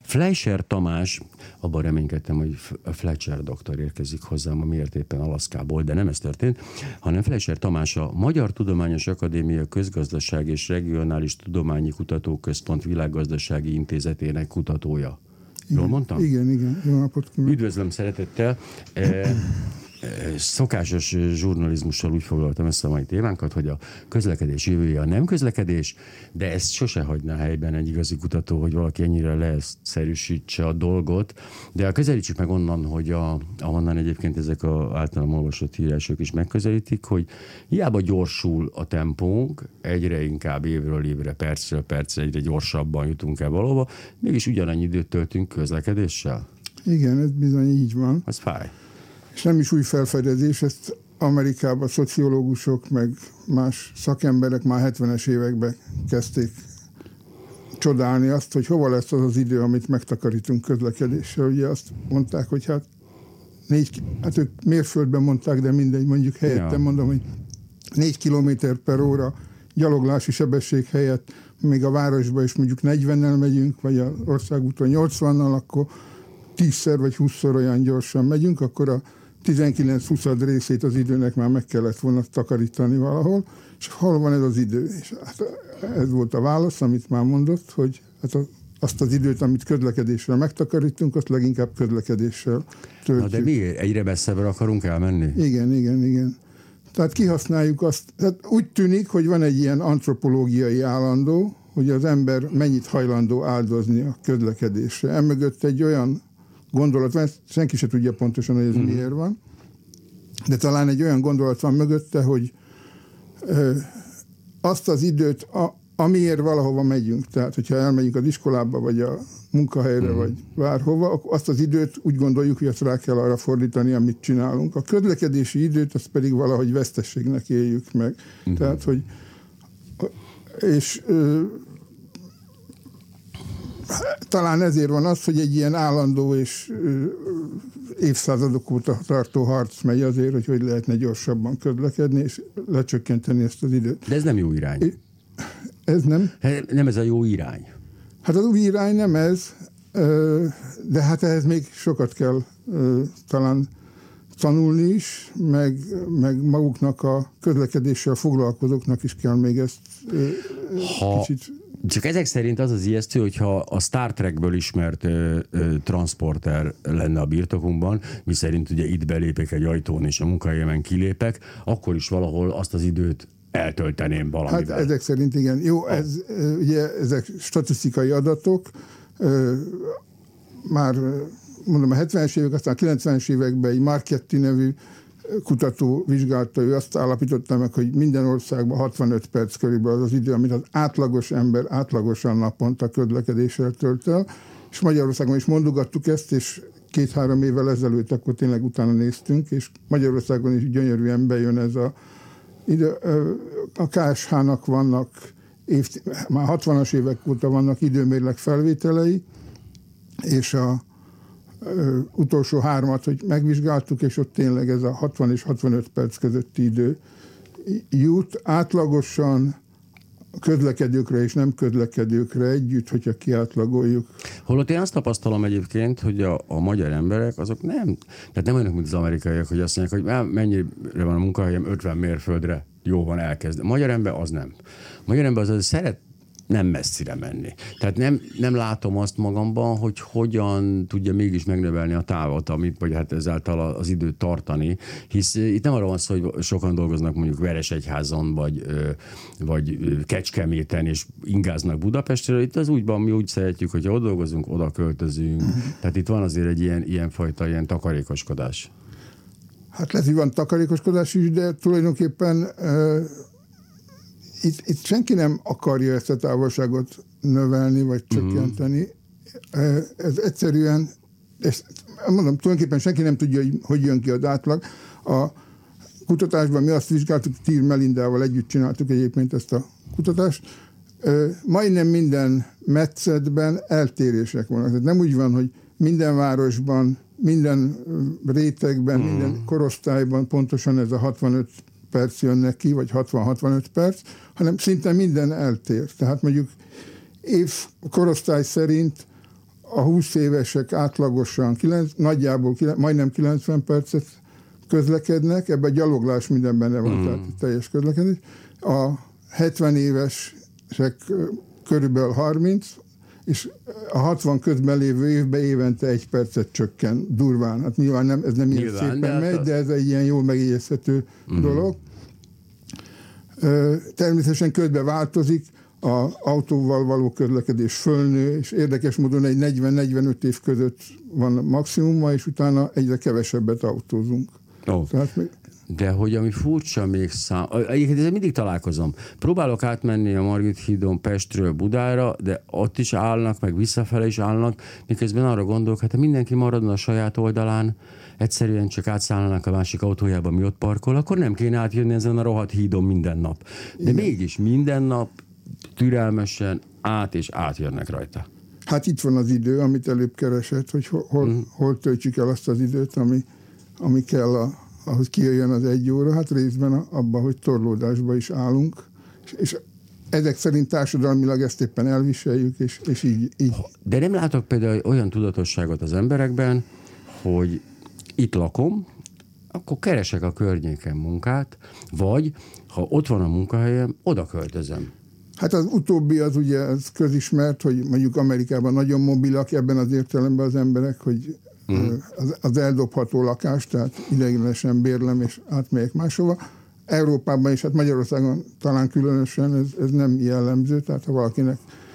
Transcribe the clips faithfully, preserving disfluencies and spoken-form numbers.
Fleischer Tamás, abban reménykedtem, hogy Fletcher doktor érkezik hozzám, miért éppen Alaszkából, de nem ez történt, hanem Fleischer Tamás a Magyar Tudományos Akadémia Közgazdaság és Regionális Tudományi Kutatóközpont Világgazdasági Intézetének kutatója. Igen, jól mondtam? Igen, igen. Jó napot kívánok. Üdvözlöm szeretettel. E, Szokásos zsurnalizmussal úgy foglaltam össze a mai témánkat, hogy a közlekedés jövője a nem közlekedés, de ezt sose hagyná helyben egy igazi kutató, hogy valaki ennyire leszerűsítse a dolgot. De közelítsük meg onnan, hogy a, ahonnan egyébként ezek az általam olvasott írások is megközelítik, hogy hiába gyorsul a tempónk, egyre inkább évről évre, percről percre egyre gyorsabban jutunk el valahova, mégis ugyanannyi időt töltünk közlekedéssel. Igen, ez bizony így van. Az fáj. És nem is új felfedezés, ezt Amerikában szociológusok, meg más szakemberek már hetvenes években kezdték csodálni azt, hogy hova lesz az az idő, amit megtakarítunk közlekedéssel. Ugye azt mondták, hogy hát négy, hát ők mérföldben mondták, de mindegy, mondjuk helyette ja. mondom, hogy négy kilométer per óra gyaloglási sebesség helyett még a városba is mondjuk negyvennel megyünk, vagy az országúton nyolcvannal, akkor tízszer vagy húszszor olyan gyorsan megyünk, akkor a tizenkilenc-húszad részét az időnek már meg kellett volna takarítani valahol, és hol van ez az idő? És hát ez volt a válasz, amit már mondott, hogy hát azt az időt, amit közlekedéssel megtakarítunk, azt leginkább közlekedéssel töltjük. Na de miért? Egyre messzebbre akarunk elmenni? Igen, igen, igen. Tehát kihasználjuk azt, tehát úgy tűnik, hogy van egy ilyen antropológiai állandó, hogy az ember mennyit hajlandó áldozni a közlekedésre. Emögött egy olyan gondolat van, senki se tudja pontosan, hogy ez mm. miért van, de talán egy olyan gondolat van mögötte, hogy ö, azt az időt, a, amiért valahova megyünk, tehát hogyha elmegyünk az iskolába, vagy a munkahelyre, mm. vagy bárhova, akkor azt az időt úgy gondoljuk, hogy azt rá kell arra fordítani, amit csinálunk. A közlekedési időt, azt pedig valahogy vesztességnek éljük meg. Mm. Tehát, hogy és ö, talán ezért van az, hogy egy ilyen állandó és évszázadok óta tartó harc megy azért, hogy hogy lehetne gyorsabban közlekedni, és lecsökkenteni ezt az időt. De ez nem jó irány. Ez nem? Nem ez a jó irány. Hát az új irány nem ez, de hát ehhez még sokat kell talán tanulni is, meg, meg maguknak a közlekedéssel foglalkozóknak is kell még ezt ha... kicsit... Csak ezek szerint az az ijesztő, hogyha a Star Trekből ismert ö, ö, transporter lenne a birtokunkban, mi szerint ugye itt belépek egy ajtón és a munkahelyemen kilépek, akkor is valahol azt az időt eltölteném valamivel. Hát ezek szerint igen. Jó, ez, ugye ezek statisztikai adatok, már mondom a hetvenes évek, aztán a kilencvenes években egy Marchetti nevű kutató vizsgálta, ő azt állapította meg, hogy minden országban hatvanöt perc körülbelül az az idő, amit az átlagos ember átlagosan naponta közlekedéssel tölt el, és Magyarországon is mondogattuk ezt, és két-három évvel ezelőtt akkor tényleg utána néztünk, és Magyarországon is gyönyörűen bejön ez a idő. A ká es há-nak vannak, év, már hatvanas évek óta vannak időmérleg felvételei, és a Ö, utolsó hármat, hogy megvizsgáltuk, és ott tényleg ez a hatvan és hatvanöt perc közötti idő jut. Átlagosan közlekedőkre és nem közlekedőkre együtt, hogyha kiátlagoljuk. Holott én azt tapasztalom egyébként, hogy a, a magyar emberek azok nem, tehát nem olyanok, mint az amerikaiak, hogy azt mondják, hogy mennyire van a munkahelyem, ötven mérföldre, jó van, elkezd. A magyar ember az nem. A magyar ember az, az szeret nem messzire menni. Tehát nem, nem látom azt magamban, hogy hogyan tudja mégis megnövelni a távot, amit, vagy hát ezáltal az időt tartani, hisz itt nem arra van szó, hogy sokan dolgoznak mondjuk Veresegyházon, vagy, vagy Kecskeméten, és ingáznak Budapestre. Itt az úgy van, mi úgy szeretjük, hogyha oda dolgozunk, oda költözünk. Tehát itt van azért egy ilyen, ilyen fajta ilyen takarékoskodás. Hát lehet, hogy van takarékoskodás is, de tulajdonképpen Itt, itt senki nem akarja ezt a távolságot növelni, vagy csökkenteni. Uh-huh. Ez egyszerűen, ezt, mondom, tulajdonképpen senki nem tudja, hogy, hogy jön ki az átlag. A kutatásban mi azt vizsgáltuk, Tír Melindával együtt csináltuk egyébként ezt a kutatást. Majdnem minden metszetben eltérések vannak. Tehát nem úgy van, hogy minden városban, minden rétegben, uh-huh. minden korosztályban pontosan ez a hatvanöt perc jön neki, vagy hatvan-hatvanöt perc, hanem szinte minden eltér. Tehát mondjuk év korosztály szerint a húsz évesek átlagosan kilenc, nagyjából kilenc, majdnem kilencven percet közlekednek, ebben a gyaloglás minden benne van, mm. tehát teljes közlekedés. A hetven évesek körülbelül harminc, és a hatvan közben lévő évben évente egy percet csökken durván. Hát nyilván nem, ez nem ilyen szépen de megy, de ez egy ilyen jól megjegyezhető mm. dolog. Természetesen közben változik, az autóval való közlekedés fölnő, és érdekes módon egy negyven-negyvenöt év között van maximuma, és utána egyre kevesebbet autózunk. Oh. Tehát még... De hogy ami furcsa még szám... Egyébként ezzel mindig találkozom. Próbálok átmenni a Margit hídon Pestről Budára, de ott is állnak, meg visszafele is állnak, miközben arra gondolok, hát ha mindenki maradna a saját oldalán, egyszerűen csak átszállnának a másik autójába, mi ott parkol, akkor nem kéne átjönni ezen a rohadt hídon minden nap. De igen. Mégis minden nap türelmesen át és átjönnek rajta. Hát itt van az idő, amit előbb keresett, hogy hol, mm. hol töltsük el azt az időt, ami, ami kell a, ahhoz kijöjjön az egy óra. Hát részben abban, hogy torlódásba is állunk, és, és ezek szerint társadalmilag ezt éppen elviseljük, és, és így, így. De nem látok például olyan tudatosságot az emberekben, hogy itt lakom, akkor keresek a környéken munkát, vagy ha ott van a munkahelyem, oda költözöm. Hát az utóbbi az ugye az közismert, hogy mondjuk Amerikában nagyon mobilak ebben az értelemben az emberek, hogy mm. az, az eldobható lakás, tehát ideiglenesen bérlem és átmegyek máshova. Európában és hát Magyarországon talán különösen ez, ez nem jellemző, tehát ha valakinek,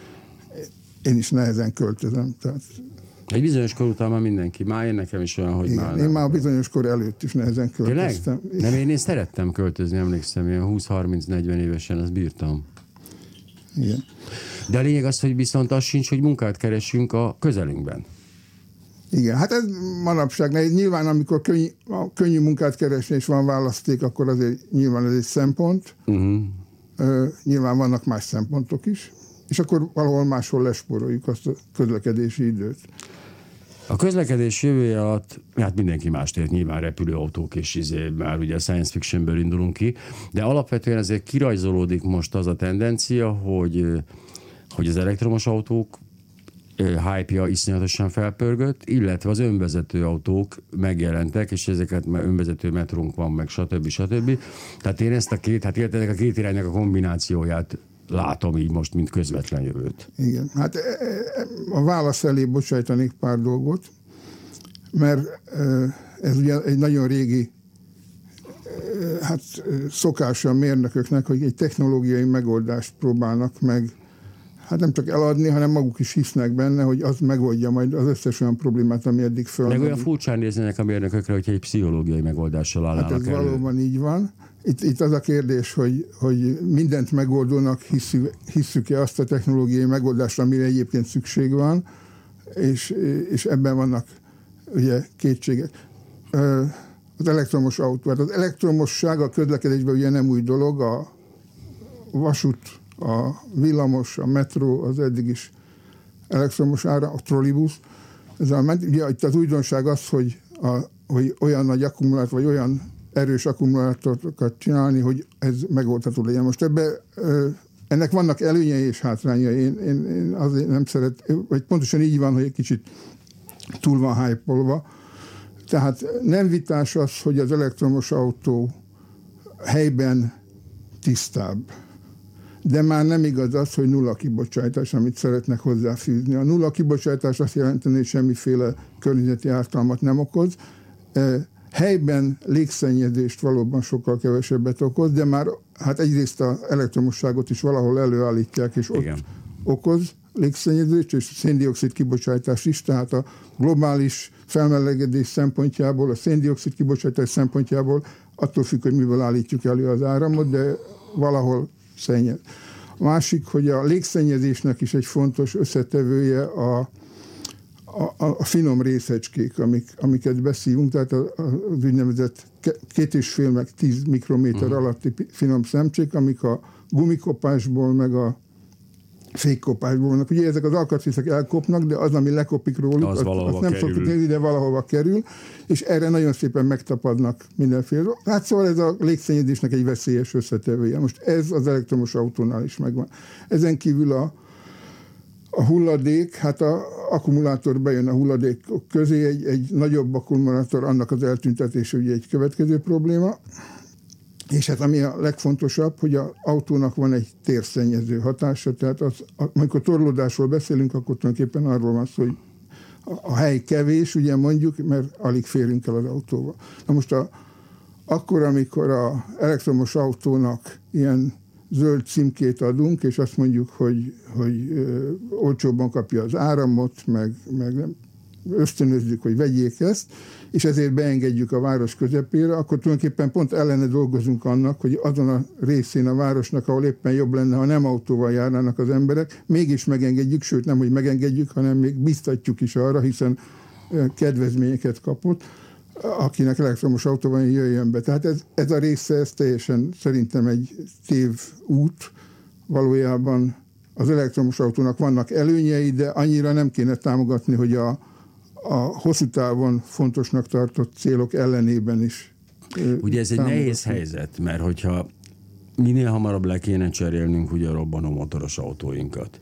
én is nehezen költözöm. Tehát egy bizonyos kor után már mindenki. Már én nekem is olyan, hogy igen, már... Én már a bizonyos kor előtt is nehezen költöztem. Tényleg? Nem, én, én szerettem költözni, emlékszem, ilyen húsz-harminc-negyven évesen, azt bírtam. Igen. De a lényeg az, hogy viszont az sincs, hogy munkát keresünk a közelünkben. Igen, hát ez manapság, nyilván amikor könnyű, könnyű munkát keresni és van választék, akkor azért nyilván ez egy szempont. Uh-huh. Uh, nyilván vannak más szempontok is, és akkor valahol máshol lespóroljuk azt a közlekedési időt. A közlekedés jövője alatt, hát mindenki mást ért, nyilván repülőautók és izé, már ugye a science fictionből indulunk ki, de alapvetően azért kirajzolódik most az a tendencia, hogy, hogy az elektromos autók hype-ja iszonyatosan felpörgött, illetve az önvezető autók megjelentek, és ezeket már önvezető metrónk van, meg stb. stb. Tehát én ezt a két, hát értetek a két iránynak a kombinációját látom így most, mint közvetlen jövőt. Igen, hát a válasz elé bocsájtanék pár dolgot, mert ez ugye egy nagyon régi hát szokása a mérnököknek, hogy egy technológiai megoldást próbálnak meg, hát nem csak eladni, hanem maguk is hisznek benne, hogy az megoldja majd az összes olyan problémát, ami eddig fölmerül. Meg olyan furcsán néznének a mérnökökre, hogyha egy pszichológiai megoldással állnának hát ez elő. Valóban így van. Itt, itt az a kérdés, hogy, hogy mindent megoldónak hisszük, hisszük-e azt a technológiai megoldást, amire egyébként szükség van, és, és ebben vannak ugye kétségek. Az elektromos autó, hát az elektromosság a közlekedésben ugye nem új dolog, a vasút, a villamos, a metró, az eddig is elektromos ára, a trollibusz. Ez a, ugye itt az újdonság az, hogy, a, hogy olyan nagy akkumulátor, vagy olyan erős akkumulátorokat csinálni, hogy ez megoldható legyen. Most ebbe, ennek vannak előnyei és hátrányai. Én, én, én azért nem szeret, vagy pontosan így van, hogy egy kicsit túl van hype-olva. Tehát nem vitás az, hogy az elektromos autó helyben tisztább. De már nem igaz az, hogy nulla kibocsátás, amit szeretnek hozzáfűzni. A nulla kibocsátás azt jelenteni, hogy semmiféle környezeti ártalmat nem okoz. Helyben légszennyezést valóban sokkal kevesebbet okoz, de már hát egyrészt az elektromosságot is valahol előállítják, és igen. Ott okoz légszennyezést, és széndioxid kibocsátás is, tehát a globális felmelegedés szempontjából, a széndioxid kibocsátás szempontjából attól függ, hogy miből állítjuk elő az áramot, de valahol szennyez. A másik, hogy a légszennyezésnek is egy fontos összetevője a A, a finom részecskék, amik, amiket beszívunk, tehát az úgynevezett két és fél meg tíz mikrométer uh-huh. alatti finom szemcsék, amik a gumikopásból, meg a fékkopásból vannak. Ugye ezek az alkatrészek elkopnak, de az, ami lekopik róluk, az azt, azt nem kerül. Szoktuk nézni, de valahova kerül, és erre nagyon szépen megtapadnak mindenféle. Hát szóval ez a légszennyezésnek egy veszélyes összetevője. Most ez az elektromos autónál is megvan. Ezen kívül a A hulladék, hát a akkumulátor bejön a hulladékok közé, egy, egy nagyobb akkumulátor, annak az eltüntetése ugye egy következő probléma. És hát ami a legfontosabb, hogy az autónak van egy térszennyező hatása, tehát az, amikor torlódásról beszélünk, akkor tulajdonképpen arról van szó, hogy a, a hely kevés, ugye mondjuk, mert alig férünk el az autóval. Na most a, akkor, amikor az elektromos autónak ilyen zöld címkét adunk, és azt mondjuk, hogy, hogy ö, olcsóbban kapja az áramot, meg, meg nem, ösztönözzük, hogy vegyék ezt, és ezért beengedjük a város közepére, akkor tulajdonképpen pont ellene dolgozunk annak, hogy azon a részén a városnak, ahol éppen jobb lenne, ha nem autóval járnának az emberek, mégis megengedjük, sőt nem, hogy megengedjük, hanem még biztatjuk is arra, hiszen kedvezményeket kapott, akinek elektromos autó van, jöjjön be. Tehát ez, ez a része, ez teljesen szerintem egy tév út. Valójában az elektromos autónak vannak előnyei, de annyira nem kéne támogatni, hogy a, a hosszú távon fontosnak tartott célok ellenében is. Ugye ez egy nehéz helyzet, mert hogyha minél hamarabb le kéne cserélnünk ugye a robbanó motoros autóinkat.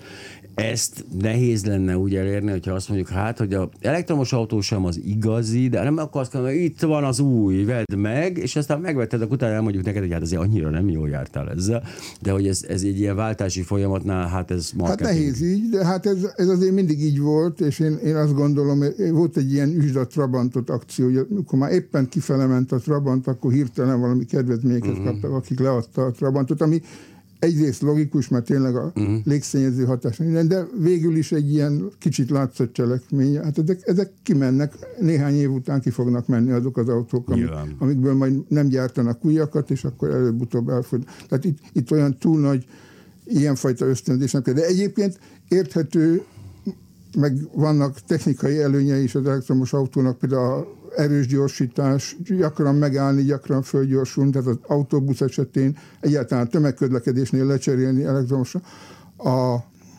Ezt nehéz lenne úgy elérni, hogyha azt mondjuk, hát, hogy az elektromos autó sem az igazi, de nem akarsz, hogy itt van az új, vedd meg, és aztán megvetted, akkor utána elmondjuk neked, hogy hát azért annyira nem jól jártál ezzel, de hogy ez, ez egy ilyen váltási folyamatnál, hát ez marketing. Hát nehéz így, de hát ez, ez azért mindig így volt, és én, én azt gondolom, volt egy ilyen üsd a Trabantot akció, hogy amikor már éppen kifele ment a Trabant, akkor hirtelen valami kedvezményeket uh-huh. kaptak, akik leadta a Trabantot, ami egyrészt logikus, mert tényleg a uh-huh. légszennyező hatás minden, de végül is egy ilyen kicsit látszott cselekmény. Hát ezek, ezek kimennek, néhány év után ki fognak menni azok az autók, amik, amikből majd nem gyártanak újakat, és akkor előbb-utóbb elfogy. Tehát itt, itt olyan túl nagy ilyenfajta ösztönzésnek. De egyébként érthető, meg vannak technikai előnyei is az elektromos autónak, például a erős gyorsítás, gyakran megállni, gyakran fölgyorsulni, tehát az autóbusz esetén egyáltalán a tömegközlekedésnél lecserélni elektromosra. A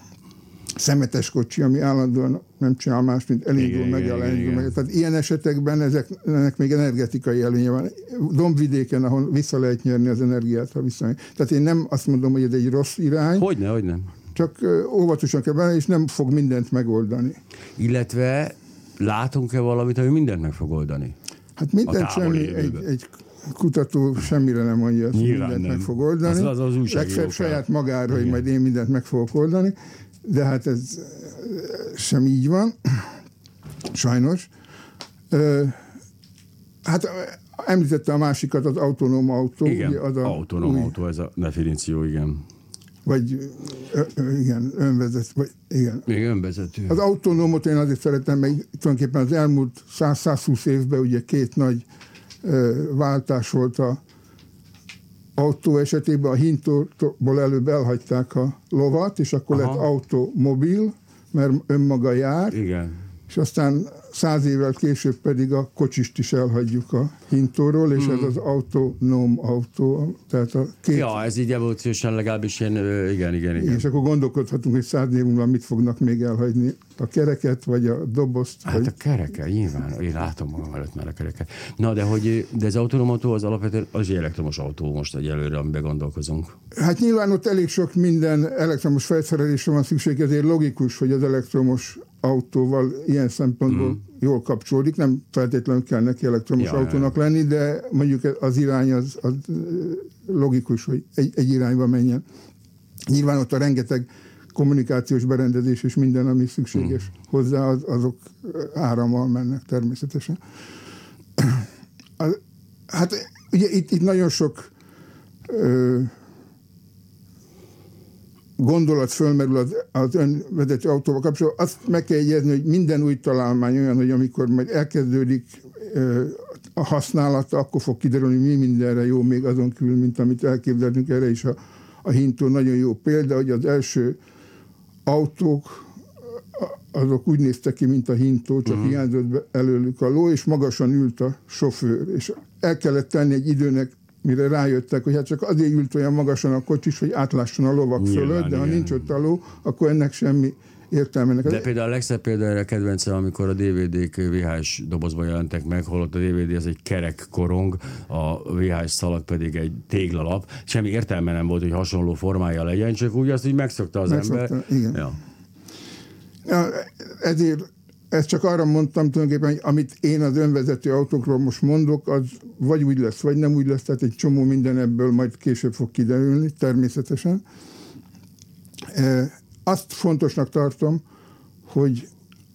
szemetes kocsi, ami állandóan nem csinál más, mint elindul, megáll, elindul, meg. Tehát ilyen esetekben ezeknek még energetikai előnye van. Dombvidéken, ahol vissza lehet nyerni az energiát, ha vissza. Tehát én nem azt mondom, hogy ez egy rossz irány. Hogyne, hogyne. Csak óvatosan kell benne, és nem fog mindent megoldani. Illetve látunk-e valamit, ami mindent meg fog oldani? Hát mindent semmi, egy, egy kutató semmire nem mondja, hogy mindent nem. meg fog oldani. Az, az, az legfeljebb saját magára, hogy majd én mindent meg fogok oldani, de hát ez sem így van, sajnos. Hát említette a másikat, az autonóm autó. Igen, ugye az autonóm új... autó, ez a definíció, igen. Vagy igen, önvezet, vagy igen. Még önvezető. Az autonómot én azért szeretem, mert tulajdonképpen az elmúlt száz-százhúsz évben ugye két nagy ö, váltás volt a autó esetében. A hintóból előbb elhagyták a lovat, és akkor Aha. lett automobil, mert önmaga jár. Igen. És aztán száz évvel később pedig a kocsist is elhagyjuk a hintóról, és hmm. ez az autonóm autó. Tehát a két... Ja, ez így evolúciósan legalábbis ilyen, igen, igen, igen. És akkor gondolkodhatunk, hogy száz év múlva mit fognak még elhagyni. A kereket, vagy a dobozt? Hát vagy... a kereket, nyilván. Én látom magam előtt már a kereket. Na, de hogy de ez autonóm autó az alapvetően az egy elektromos autó most egyelőre, amiben gondolkozunk. Hát nyilván ott elég sok minden elektromos felszerelésre van szükség, ezért logikus, hogy az elektromos autóval ilyen szempontból mm. jól kapcsolódik. Nem feltétlenül kell neki elektromos ja, autónak lenni, de mondjuk az irány az, az logikus, hogy egy, egy irányba menjen. Nyilván ott a rengeteg kommunikációs berendezés és minden, ami szükséges mm. hozzá, az, azok árammal mennek természetesen. Hát ugye itt, itt nagyon sok ö, gondolat fölmerül az, az önvezető autóval kapcsolatban. Azt meg kell jegyezni, hogy minden új találmány olyan, hogy amikor majd elkezdődik ö, a használata, akkor fog kiderülni, mi mindenre jó még azon kívül, mint amit elképzelünk. Erre is a, a hintó nagyon jó példa, hogy az első autók azok úgy néztek ki, mint a hintó, csak uh-huh. hiányzott be előlük a ló, és magasan ült a sofőr. És el kellett tenni egy időnek, mire rájöttek, hogy hát csak azért ült olyan magasan a kocsis, hogy átlásson a lovak Nyilván, fölött, de ha igen. nincs ott a ló, akkor ennek semmi értelme. De például a legszebb példa erre kedvencem, amikor a dé vé dé-k vé há es dobozban jelentek meg, holott a dé vé dé az egy kerek korong, a vé há es szalag pedig egy téglalap. Semmi értelme nem volt, hogy hasonló formája legyen, csak úgy azt, hogy megszokta az megszokta, ember. Igen. Ja. Ezért ezt csak arra mondtam tulajdonképpen, hogy amit én az önvezető autókról most mondok, az vagy úgy lesz, vagy nem úgy lesz, tehát egy csomó minden ebből majd később fog kiderülni, természetesen. Azt fontosnak tartom, hogy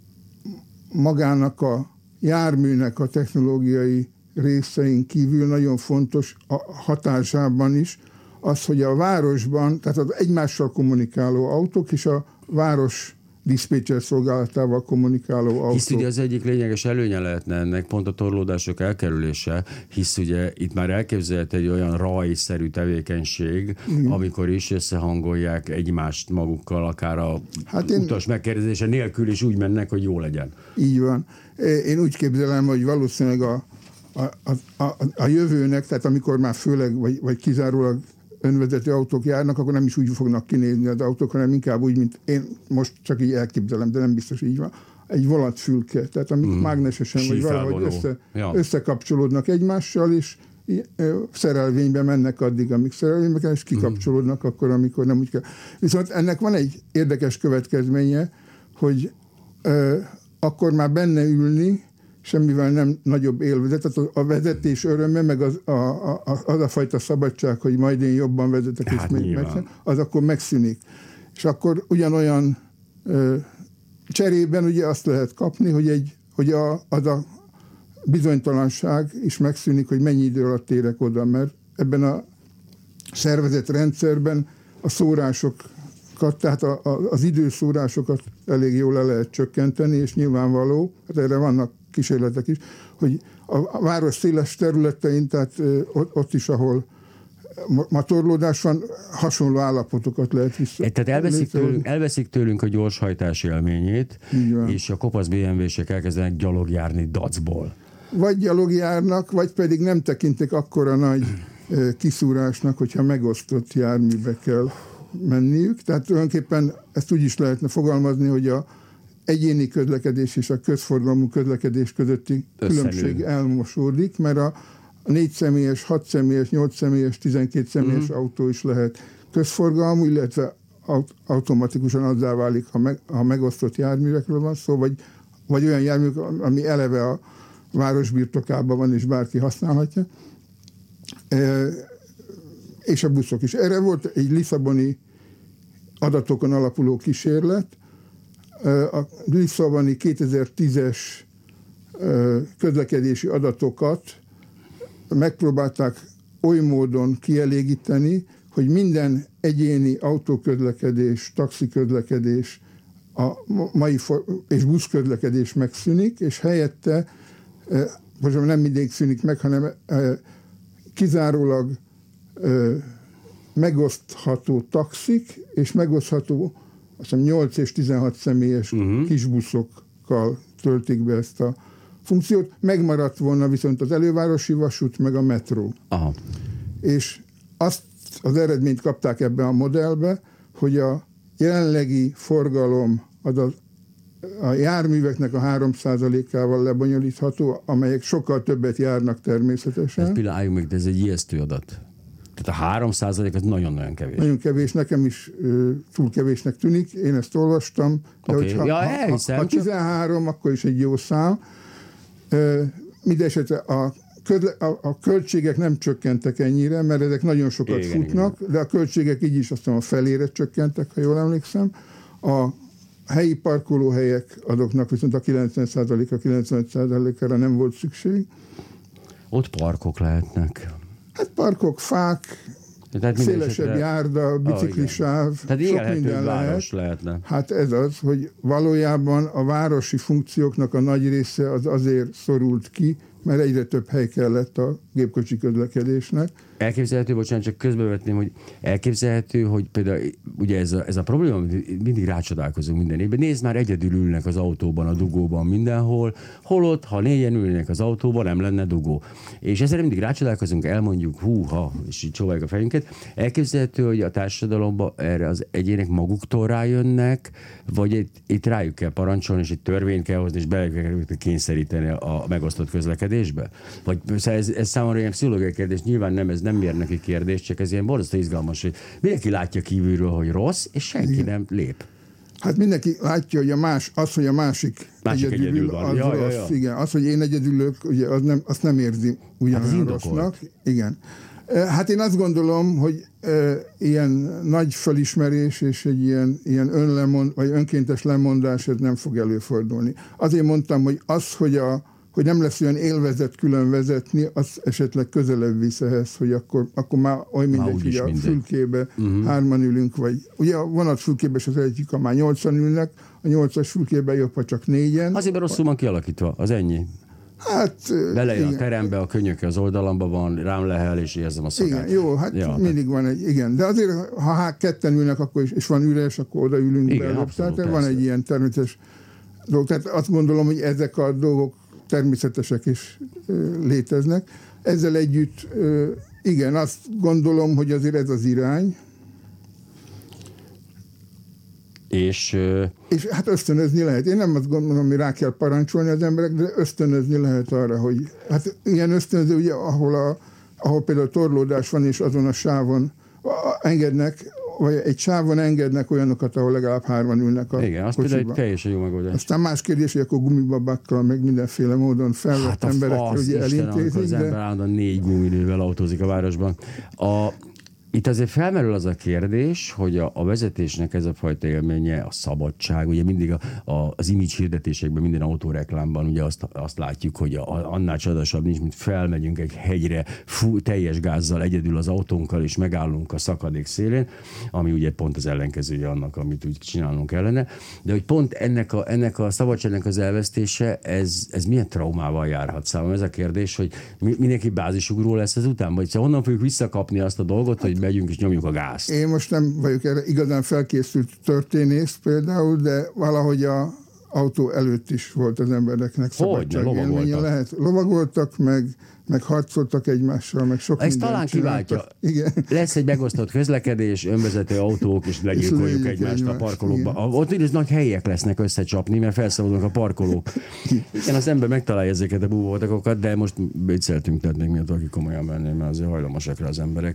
magának a járműnek a technológiai részein kívül nagyon fontos a hatásában is az, hogy a városban, tehát az egymással kommunikáló autók és a város diszpécser szolgálatával kommunikáló autó. Hisz ugye az egyik lényeges előnye lehetne ennek pont a torlódások elkerülése, hisz ugye itt már elképzelhet egy olyan rajszerű tevékenység, igen, amikor is összehangolják egymást magukkal, akár a hát én, utas megkérdezése nélkül is úgy mennek, hogy jó legyen. Így van. Én úgy képzelem, hogy valószínűleg a, a, a, a, a jövőnek, tehát amikor már főleg, vagy, vagy kizárólag önvezető autók járnak, akkor nem is úgy fognak kinézni az autók, hanem inkább úgy, mint én most csak így elképzelem, de nem biztos így van. Egy volatfülke, tehát amik mm. mágnesesen vagy valahogy össze, ja. összekapcsolódnak egymással, és szerelvénybe mennek addig, amíg szerelvénybe kell, és kikapcsolódnak mm. akkor, amikor nem úgy kell. Viszont ennek van egy érdekes következménye, hogy ö, akkor már benne ülni semmivel nem nagyobb élvezet. Tehát a vezetés öröme, meg az a, a, az a fajta szabadság, hogy majd én jobban vezetek, hát és még meg, az akkor megszűnik. És akkor ugyanolyan ö, cserében ugye azt lehet kapni, hogy, egy, hogy a, az a bizonytalanság is megszűnik, hogy mennyi idő alatt érek oda, mert ebben a szervezett rendszerben a szórásokat, tehát a, a, az időszórásokat elég jól le lehet csökkenteni, és nyilvánvaló, hát erre vannak kísérletek is, hogy a város széles területein, tehát ott, ott is, ahol ma torlódás van, hasonló állapotokat lehet vissza. Tehát elveszik tőlünk, elveszik tőlünk a gyorshajtás élményét, és a kopasz bé em vé-sek elkezdenek gyalogjárni dacból. Vagy gyalogjárnak, vagy pedig nem tekintik akkora nagy kiszúrásnak, hogyha megosztott járműbe kell menniük. Tehát tulajdonképpen ezt úgy is lehetne fogalmazni, hogy a egyéni közlekedés és a közforgalmú közlekedés közötti Összenül. különbség elmosódik, mert a négy személyes, hat személyes, nyolc személyes, tizenkét személyes uh-huh. autó is lehet közforgalmú, illetve automatikusan azzá válik, ha, meg, ha megosztott járművekről van szó, vagy, vagy olyan jármű, ami eleve a város birtokában van, és bárki használhatja. E, és a buszok is. Erre volt egy lisszaboni adatokon alapuló kísérlet. A lisszaboni kétezer-tízes közlekedési adatokat megpróbálták oly módon kielégíteni, hogy minden egyéni autóközlekedés, taxiközlekedés a mai for- és buszközlekedés megszűnik, és helyette, most nem mindig szűnik meg, hanem kizárólag megosztható taxik és megosztható azt hiszem nyolc és tizenhat személyes uh-huh. kisbuszokkal töltik be ezt a funkciót. Megmaradt volna viszont az elővárosi vasút, meg a metró. Aha. És azt az eredményt kapták ebben a modellbe, hogy a jelenlegi forgalom az a, a járműveknek a három százalékával lebonyolítható, amelyek sokkal többet járnak természetesen. Ez pillanáljuk meg, de ez egy ijesztő adat. Tehát a három százalék az nagyon-nagyon kevés. Nagyon kevés, nekem is uh, túl kevésnek tűnik, én ezt olvastam, de okay. hogyha, ja, ha, ha, ha tizenhárom, akkor is egy jó szám. Uh, Mindenesetre a, közle, a, a költségek nem csökkentek ennyire, mert ezek nagyon sokat igen, futnak, igen. de a költségek így is aztán a felére csökkentek, ha jól emlékszem. A helyi parkolóhelyek adoknak viszont a kilencven százalék, a kilencvenöt százalékára nem volt szükség. Ott parkok lehetnek. Hát parkok, fák, tehát szélesebb esetre... járda, biciklisáv, oh, tehát sok minden lehet. lehetne. Hát ez az, hogy valójában a városi funkcióknak a nagy része az azért szorult ki, mert egyre több hely kellett a gépkocsi közlekedésnek. Elképzelhető, bocsánat, csak közbevetném, hogy elképzelhető, hogy például ugye ez a, ez a probléma, mindig rácsodálkozunk minden évben. Nézd, már egyedül ülnek az autóban, a dugóban mindenhol, holott, ha négyen ülnének az autóban, nem lenne dugó. És ezzel mindig rácsodálkozunk, elmondjuk, húha, és így csóváljuk a fejünket. Elképzelhető, hogy a társadalomban erre az egyének maguktól rájönnek, vagy itt, itt rájuk kell parancsolni, és egy törvényt kell hozni, és bele kell kényszeríteni a megosztott közlekedésbe? Vagy ez, ez számomra ilyen pszichológiai kérdés, nyilván nem, ez nem mérnöki kérdés, csak ez ilyen borzasztó izgalmas, hogy mindenki látja kívülről, hogy rossz, és senki igen. nem lép. Hát mindenki látja, hogy a más, az, hogy a másik, másik egyedül, egyedül van. az ja, rossz, ja, ja. igen. Az, hogy én egyedülök, ugye az nem, azt nem érzi ugyanolyan hát rossznak. Igen. Hát én azt gondolom, hogy e, ilyen nagy felismerés és egy ilyen, ilyen önlemond, vagy önkéntes lemondás, ez nem fog előfordulni. Azért mondtam, hogy az, hogy, a, hogy nem lesz olyan élvezet külön vezetni, az esetleg közelebb visz ehhez, hogy akkor, akkor már olyan mindegy, hogy a mindegy. fülkébe uh-huh. hárman ülünk, vagy ugye a vonatfülkébe se szeretjük, ha már nyolcan ülnek, a nyolcas fülkében jobb, ha csak négyen. Azért rosszul van kialakítva, az ennyi. Hát, belejön a terembe, a könyöke az oldalamba van, rám lehel, és érzem a szakát. Igen, jó, hát ja, mindig van egy, igen. De azért, ha hát ketten ülnek, akkor is, és van üres, akkor odaülünk igen, be. Abszolút, Tehát van egy ilyen természetes dolog. Tehát azt gondolom, hogy ezek a dolgok természetesek is ö, léteznek. Ezzel együtt, ö, igen, azt gondolom, hogy azért ez az irány. És, és hát ösztönözni lehet. Én nem azt gondolom, hogy rá kell parancsolni az emberek, de ösztönözni lehet arra, hogy hát ilyen ösztönző, ugye, ahol, a, ahol például torlódás van, és azon a sávon engednek, vagy egy sávon engednek olyanokat, ahol legalább hárman ülnek a igen, azt például egy teljesen jó megoldás. Aztán más kérdés, hogy akkor gumibabákkal, meg mindenféle módon felvett hát emberekkel ugye elintézik. Az ember állandóan négy guminővel autózik a városban. A Itt azért felmerül az a kérdés, hogy a, a vezetésnek ez a fajta élménye, a szabadság, ugye mindig a, a, az image hirdetésekben, minden autóreklámban ugye azt, azt látjuk, hogy a, annál csodásabb nincs, mint felmegyünk egy hegyre fú, teljes gázzal egyedül az autónkkal, és megállunk a szakadék szélén, ami ugye pont az ellenkezője annak, amit úgy csinálnunk kellene. De hogy pont ennek a, ennek a szabadságnak az elvesztése, ez, ez milyen traumával járhat számomra? Ez a kérdés, hogy mindenki bázisugró lesz ezután, vagy honnan fogjuk visszakapni azt a dolgot, hogy megyünk és nyomjuk a gázt. Én most nem vagyok erre igazán felkészült történész például, de valahogy a autó előtt is volt az embereknek szabadságélménye. Lehet. Lovagoltak, meg, meg harcoltak egymással, meg sok mindent talán kiváltja. Igen. Lesz egy megosztott közlekedés, önvezető autók, és legyilkoljuk egymást egymás, a parkolókba. Igen. Ott így nagy helyek lesznek összecsapni, mert felszabadulnak a parkolók. Igen, az ember megtalálja ezeket a búvótakokat, de most vicceltünk, tehát még miatt, aki komolyan venni, mert azért hajlamosak rá az emberek.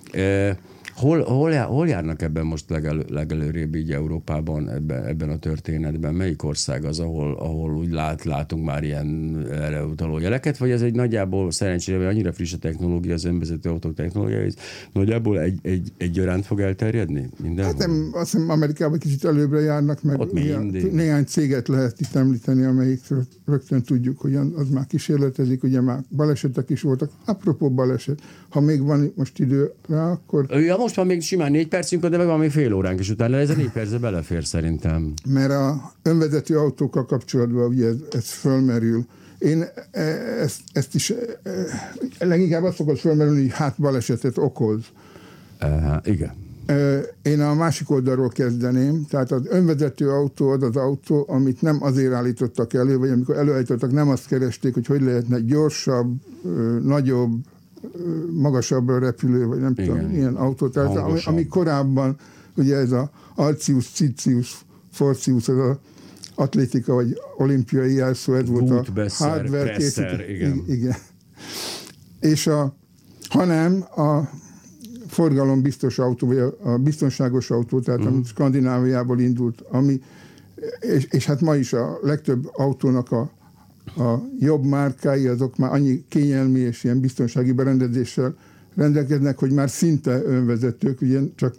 E, Hol, hol, jár, hol járnak ebben most legelő, legelőrébb így Európában ebben, ebben a történetben? Melyik ország az, ahol, ahol úgy lát, látunk már ilyen erre utaló jeleket? Vagy ez egy nagyjából szerencsére, vagy annyira friss a technológia, az önvezető autók technológia, hogy nagyjából egy, egy, egyaránt fog elterjedni mindenhol? Hát nem, azt hiszem Amerikában kicsit előbbre járnak, meg ott mindig. Néhány céget lehet itt említeni, amelyikről rögtön tudjuk, hogy az már kísérletezik, ugye már balesetek is voltak. Apropó baleset, ha még van most idő rá, akkor... Ja, most van még simán négy percünk, de meg van még fél óránk, és utána ez a négy percbe belefér szerintem. Mert a önvezető autókkal kapcsolatban ugye ez, ez fölmerül. Én ezt, ezt is leginkább azt szokott fölmerülni, hogy hát balesetet okoz. Uh, igen. Én a másik oldalról kezdeném, tehát az önvezető autó az az autó, amit nem azért állítottak elő, vagy amikor előállítottak, nem azt keresték, hogy hogy lehetne gyorsabb, nagyobb, magasabbra repülő, vagy nem igen. tudom, ilyen autó. Tehát ami, ami korábban, ugye ez a Alcius, Cicius, Forcius, ez az atlétika, vagy olimpiai jelszó, ez volt a hardware készítés. Igen. igen. És a, hanem a forgalombiztos autó, vagy a, a biztonságos autó, tehát uh-huh. ami Skandináviából indult, ami, és, és hát ma is a legtöbb autónak a a jobb márkái, azok már annyi kényelmi és ilyen biztonsági berendezéssel rendelkeznek, hogy már szinte önvezetők, ugye csak,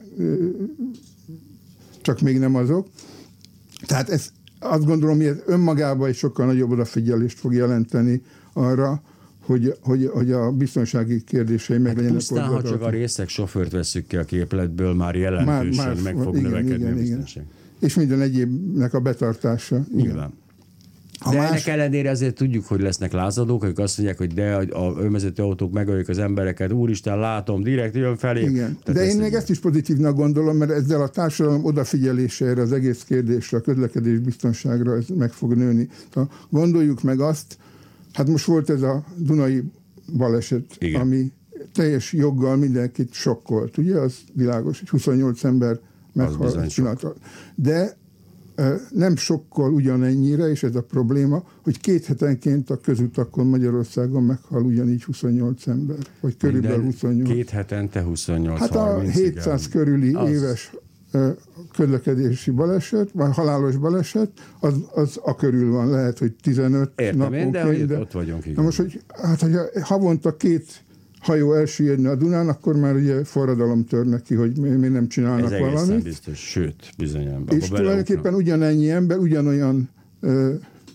csak még nem azok. Tehát ez, azt gondolom, hogy ez önmagában egy sokkal nagyobb odafigyelést fog jelenteni arra, hogy, hogy, hogy a biztonsági kérdései meg legyenek. Pusztán, ha csak a részek sofőrt vesszük ki a képletből, már jelentősen már, már, meg fog igen, növekedni igen, a biztonság. Igen. És minden egyébnek a betartása. Nyilván. A de más... ennek ellenére azért tudjuk, hogy lesznek lázadók, akik azt mondják, hogy de a önvezető autók megöljük az embereket, úristen, látom, direkt jön felé. Igen. De én még ezt is pozitívnak gondolom, mert ezzel a társadalom odafigyelése erre az egész kérdésre, a közlekedés biztonságra ez meg fog nőni. Gondoljuk meg azt, hát most volt ez a Dunai baleset, igen. ami teljes joggal mindenkit sokkolt. Ugye, az világos, hogy huszonnyolc ember meghalt. De nem sokkal ugyanennyire, és ez a probléma, hogy két hetenként a közutakon Magyarországon meghal ugyanígy huszonnyolc ember, vagy körülbelül huszonnyolc. Két hetente huszonnyolc. Hát a hétszáz körüli az... éves közlekedési baleset, vagy halálos baleset, az, az a körül van, lehet, hogy tizenöt Értem naponként. Én, de, hogy de ott vagyunk. Igen. Na most, hogy hát, hogyha havonta két hajó elsüllyedne a Dunán, akkor már ugye forradalom tör neki, hogy mi, mi nem csinálnak Ez valamit. Ez biztos, sőt, bizonyan. És tulajdonképpen ugyanennyi ember, ugyanolyan ö,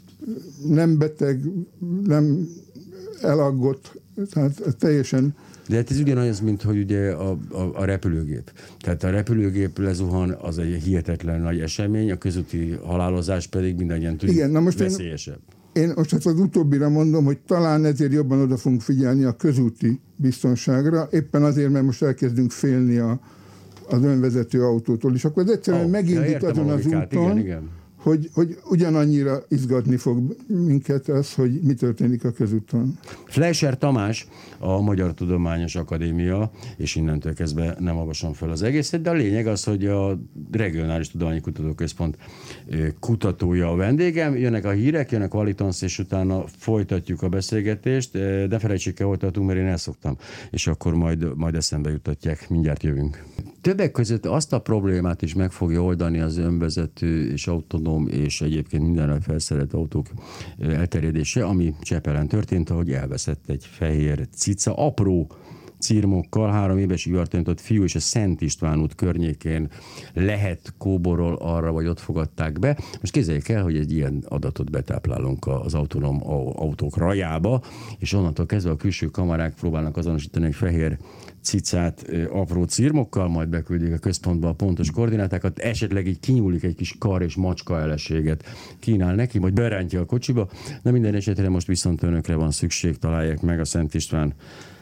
nem beteg, nem elaggott, tehát teljesen. De hát ez ugyanaz, mint hogy ugye a, a, a repülőgép. Tehát a repülőgép lezuhan, az egy hihetetlen nagy esemény, a közúti halálozás pedig mindannyian tudjuk Igen, na most veszélyesebb. Én, én most hát az utóbbira mondom, hogy talán ezért jobban oda fogunk figyelni a közúti biztonságra, éppen azért, mert most elkezdünk félni a, az önvezető autótól, és akkor ez egyszerűen oh, megindít azon az úton, igen, igen. Hogy, hogy ugyanannyira izgatni fog minket az, hogy mi történik a közúton. Fleischer Tamás, a Magyar Tudományos Akadémia, és innentől kezdve nem olvasom fel az egészet, de a lényeg az, hogy a Regionális Tudományi Kutatóközpont kutatója a vendégem. Jönnek a hírek, jön a Qualitonsz, és utána folytatjuk a beszélgetést, de felejtsék el, hol tartunk, mert én elszoktam, és akkor majd, majd eszembe jutatják. Mindjárt jövünk. Többek között azt a problémát is meg fogja oldani az önvezető és autonóm és egyébként mindenre felszerelt autók elterjedése, ami Csepelen történt, ahogy elveszett egy fehér cica, apró cirmokkal, három éves ivartanított fiú és a Szent István út környékén lehet kóborol arra, vagy ott fogadták be. Most képzeljék el, hogy egy ilyen adatot betáplálunk az autonóm autók rajába, és onnantól kezdve a külső kamerák próbálnak azonosítani egy fehér cicát apró cirmokkal, majd beküldik a központba a pontos koordinátákat, esetleg így kinyúlik egy kis kar és macska ellenséget kínál neki, majd berántja a kocsiba. Na minden esetre most viszont önökre van szükség, találják meg a Szent István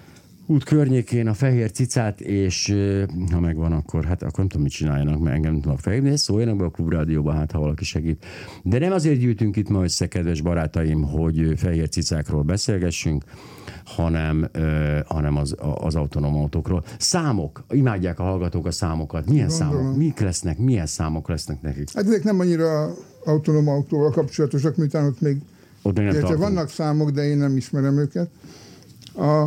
út környékén a fehér cicát, és ha megvan, akkor hát akkor nem tudom, mit csináljanak, mert engem nem tudnak felhívni, de szóljanak be a Klubrádióba, hát ha valaki segít. De nem azért gyűjtünk itt ma össze, kedves barátaim, hogy fehér cicákról beszélgessünk, hanem, uh, hanem az, az autonóm autókról. Számok, imádják a hallgatók a számokat. Milyen Gondolom. számok? Mik lesznek? Milyen számok lesznek nekik? Hát ezek nem annyira autonóm autóval kapcsolatosak, miután ott még ott érte, vannak számok, de én nem ismerem őket. A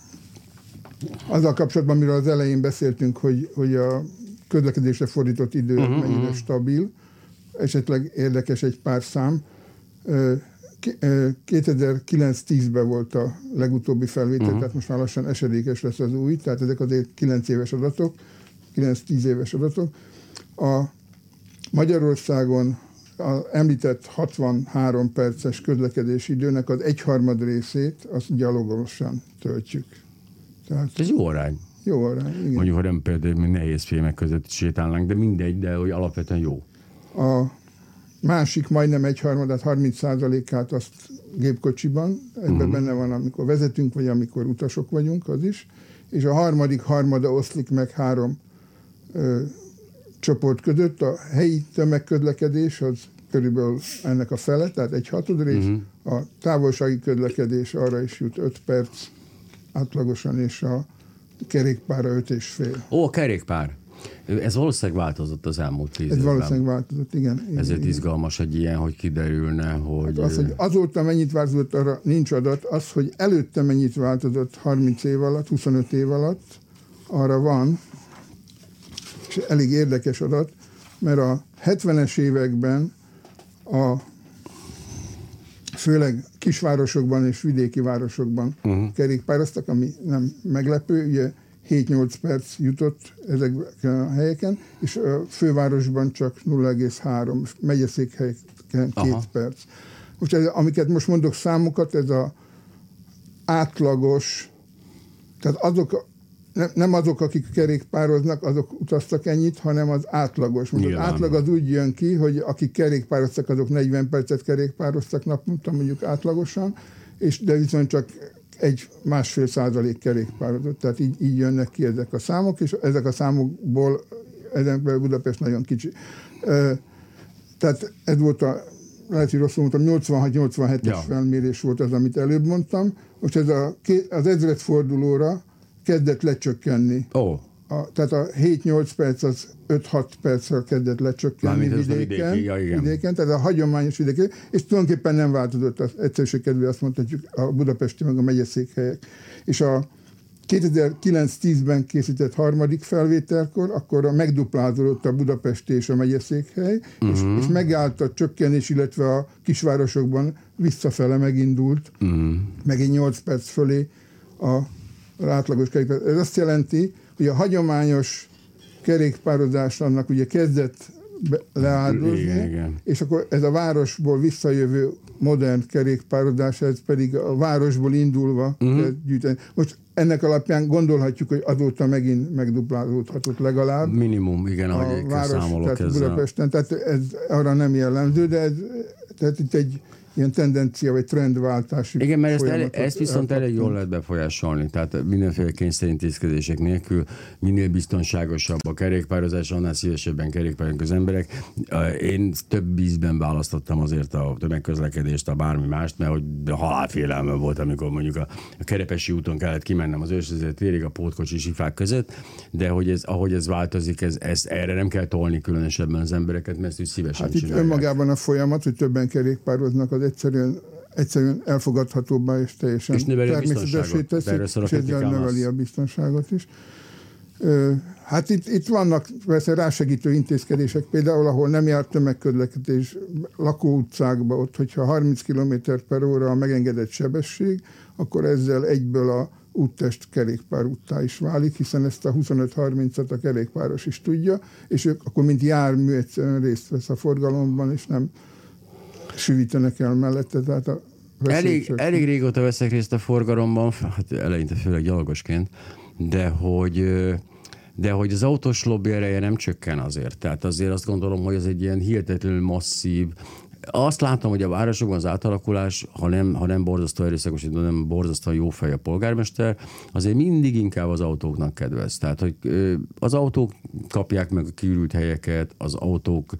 Azzal kapcsolatban, amiről az elején beszéltünk, hogy, hogy a közlekedésre fordított idő uh-huh, mennyire uh-huh. stabil, esetleg érdekes egy pár szám. kétezer-kilenc-tízben volt a legutóbbi felvétel, uh-huh. tehát most már lassan esedékes lesz az új, tehát ezek azért kilenc éves adatok, kilenc-tíz éves adatok. A Magyarországon az említett hatvanhárom perces közlekedési időnek az egyharmad részét azt gyalogosan töltjük. Tehát ez jó arány. Jó arány, igen. Mondjuk, ha nem például nehéz fémek között sétálnánk, de mindegy, de hogy alapvetően jó. A másik majdnem egyharmadát, harminc százalékát azt gépkocsiban, ebben uh-huh. benne van, amikor vezetünk, vagy amikor utasok vagyunk, az is. És a harmadik harmada oszlik meg három ö, csoport között. A helyi tömegközlekedés az körülbelül ennek a fele, tehát egy hatodrés. Uh-huh. A távolsági közlekedés arra is jut öt perc átlagosan, és a kerékpárra öt és fél. Ó, a kerékpár. Ez valószínűleg változott az elmúlt tíz évben. Ez valószínűleg változott, igen. Ezért igen. izgalmas egy ilyen, hogy kiderülne, hogy... Hát az, hogy azóta mennyit változott, arra nincs adat. Az, hogy előtte mennyit változott harminc év alatt, huszonöt év alatt, arra van, és elég érdekes adat, mert a hetvenes években a főleg kisvárosokban és vidéki városokban uh-huh. kerékpároztak, ami nem meglepő, ugye hét-nyolc perc jutott ezeken a helyeken, és a fővárosban csak nulla egész három, megyeszékhelyeken két perc. Most ez, amiket most mondok számokat, ez az átlagos, tehát azok, nem azok, akik kerékpároznak, azok utaztak ennyit, hanem az átlagos. Most az átlag az úgy jön ki, hogy akik kerékpároztak, azok negyven percet kerékpároztak naponta, mondjuk átlagosan, és de viszont csak egy másfél százalék kerékpározott. Tehát így, így jönnek ki ezek a számok, és ezek a számokból ezen Budapest nagyon kicsi. Tehát ez volt a, lehet, hogy rosszul mondtam, nyolcvanhat-nyolcvanhetes ja. felmérés volt az, amit előbb mondtam. Most ez a, az ezredfordulóra kezdett lecsökkenni. Oh. A, tehát a hét-nyolc perc az öt-hat percre kezdett lecsökkenni vidéken, vidéki, ja, vidéken, tehát a hagyományos vidéken, és tulajdonképpen nem változott, az egyszerűség kedvéért azt mondhatjuk, a budapesti meg a megyeszékhelyek. És a kétezer-kilenc-tízben készített harmadik felvételkor, akkor a megduplázódott a Budapest és a megyeszékhely, uh-huh. és, és megállt a csökkenés, illetve a kisvárosokban visszafele megindult, uh-huh. megint nyolc perc fölé a átlagos kerékpár. Ez azt jelenti, hogy a hagyományos kerékpározás annak ugye kezdett leáldozni, igen, igen. és akkor ez a városból visszajövő modern kerékpározás, ez pedig a városból indulva uh-huh. gyűjteni. Most ennek alapján gondolhatjuk, hogy azóta megint megduplázódhatott legalább. Minimum, igen, ahogy város, számolok tehát Budapesten, tehát ez arra nem jellemző, de ez, tehát itt egy ilyen tendencia, vagy trendváltási igen, mert ezt, el, ezt viszont elég jól lehet befolyásolni, tehát mindenféle kényszerintézkedések nélkül minél biztonságosabb a kerékpározás, annál szívesebben kerékpároznak az emberek. Én több ízben választottam azért a tömegközlekedést, a bármi mást, mert hogy halálfélelme volt, amikor mondjuk a, a Kerepesi úton kellett kimennem az Őrsvezér térig a pótkocsi sifák között, de hogy ez, ahogy ez változik, ez, ez, erre nem kell tolni különösebben az embereket, mert ezt úgy szívesen hát csinálják. Itt önmagában a folyamat, hogy többen kerékpároznak, az egyszerűen, egyszerűen elfogadhatóbbá és teljesen és természetesé teszi, és ezzel növeli a biztonságot is. Hát itt, itt vannak persze rásegítő intézkedések, például ahol nem jár tömegközlekedés lakóutcákba, ott, hogyha harminc kilométer per óra a megengedett sebesség, akkor ezzel egyből a úttest kerékpárúttá is válik, hiszen ezt a huszonöt-harmincat a kerékpáros is tudja, és ők akkor mint jármű egyszerűen részt vesz a forgalomban, és nem süvítenek el mellette, tehát a elég, elég régóta veszek részt a forgalomban, hát eleinte főleg gyalogosként, de hogy, de hogy az autós lobby ereje nem csökken azért. Tehát azért azt gondolom, hogy ez egy ilyen hihetetlenül masszív. Azt látom, hogy a városokban az átalakulás, ha nem, ha nem borzasztó erőszakos, hanem borzasztóan jó fej a polgármester, azért mindig inkább az autóknak kedvez. Tehát, hogy az autók kapják meg a kiürült helyeket, az autók,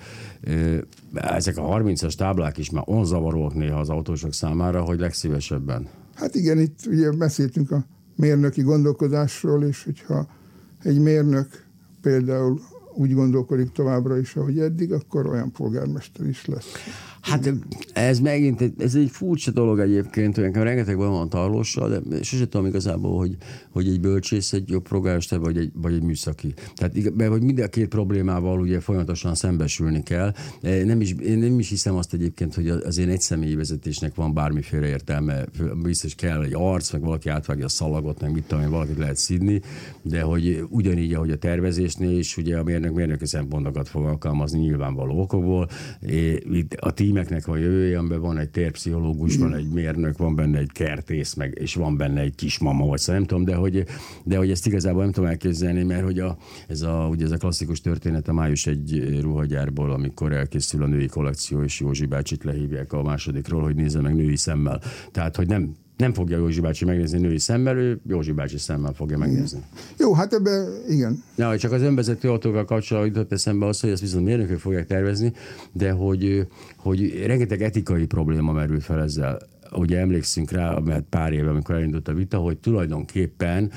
ezek a harmincas táblák is már onzavaróak néha az autósok számára, hogy legszívesebben. Hát igen, itt ugye beszéltünk a mérnöki gondolkodásról, és hogyha egy mérnök például úgy gondolkodik továbbra is, ahogy eddig, akkor olyan polgármester is lesz. Hát ez megint, egy, ez egy furcsa dolog egyébként, hogy nekem rengeteg van tarlóssal, de sose tudom igazából, hogy, hogy egy bölcsész egy jobb polgármester, vagy egy, vagy egy műszaki. Tehát mert hogy mind a két problémával ugye folyamatosan szembesülni kell. Nem is, én nem is hiszem azt egyébként, hogy az én egyszemélyi vezetésnek van bármiféle értelme. Biztos kell egy arc, meg valaki átvágja a szalagot, meg mit tudom én, valakit lehet szidni, de hogy ugyanígy, ahogy a tervezésnél is, ugye a mérnök mérnöki szempontokat fog alkalmazni nyilvánvaló okokból. Itt a tímeknek van jövője, amiben van egy térpszichológus, van egy mérnök, van benne egy kertész, meg, és van benne egy kismama, vagy szóval nem tudom, de hogy, de hogy ezt igazából nem tudom elképzelni, mert hogy a, ez, a, ugye ez a klasszikus történet a Május egy ruhagyárból, amikor elkészül a női kollekció, és Józsi bácsit lehívják a másodikról, hogy nézze meg női szemmel. Tehát, hogy nem Nem fogja Józsi bácsi megnézni női szemmel, ő Józsi bácsi szemmel fogja megnézni. Igen. Jó, hát ebben igen. Ja, csak az önvezető autókkal kapcsolatban jutott eszembe az, hogy ezt viszont mérnökök fogják tervezni, de hogy, hogy rengeteg etikai probléma merül fel ezzel. Ugye emlékszünk rá, mert pár éve, amikor elindult a vita, hogy tulajdonképpen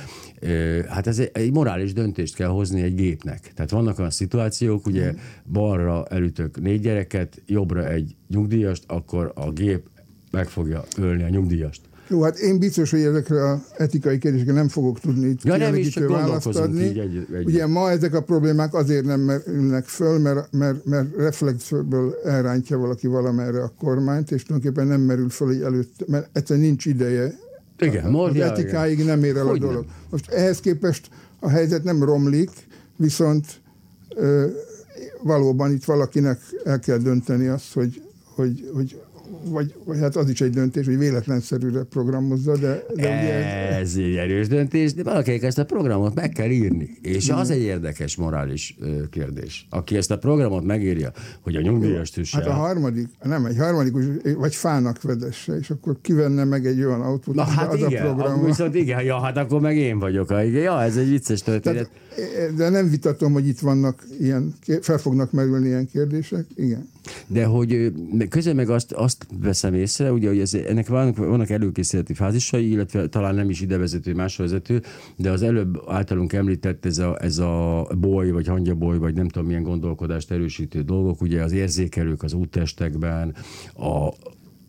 hát ez egy morális döntést kell hozni egy gépnek. Tehát vannak olyan szituációk, ugye balra elütök négy gyereket, jobbra egy nyugdíjast, akkor a gép meg fogja ölni a nyugdíjast. Jó, hát én biztos, hogy ezekre az etikai kérdésekre nem fogok tudni itt ja, kielégítő választ adni. Így egy, egy... Ugye ma ezek a problémák azért nem merülnek föl, mert, mert, mert reflexből elrántja valaki valamerre a kormányt, és tulajdonképpen nem merül föl, hogy előtt, mert egyszerűen nincs ideje. Igen, az ja, etikáig igen. nem ér el hogy a dolog. Nem. Most ehhez képest a helyzet nem romlik, viszont ö, valóban itt valakinek el kell dönteni azt, hogy, hogy, hogy Vagy, vagy hát az is egy döntés, hogy véletlenszerűre programozza, de... de ez egy erős döntés, de valakinek ezt a programot meg kell írni. És az egy érdekes morális kérdés. Aki ezt a programot megírja, hogy a nyugdíjast üsse. Hát a harmadik, nem, egy harmadik, vagy fának vedesse, és akkor kivenne meg egy olyan autót, na, hát az igen, a program. Viszont igen, ja, hát akkor meg én vagyok. Ja, ez egy vicces történet. Tehát, de nem vitatom, hogy itt vannak ilyen, fel fognak merülni ilyen kérdések, igen. De hogy közben meg azt, azt veszem észre, ugye, hogy ez, ennek vannak, vannak előkészületi fázisai, illetve talán nem is idevezető, másvezető, de az előbb általunk említett ez a, ez a boly, vagy hangyaboly, vagy nem tudom milyen gondolkodást erősítő dolgok, ugye az érzékelők az úttestekben, a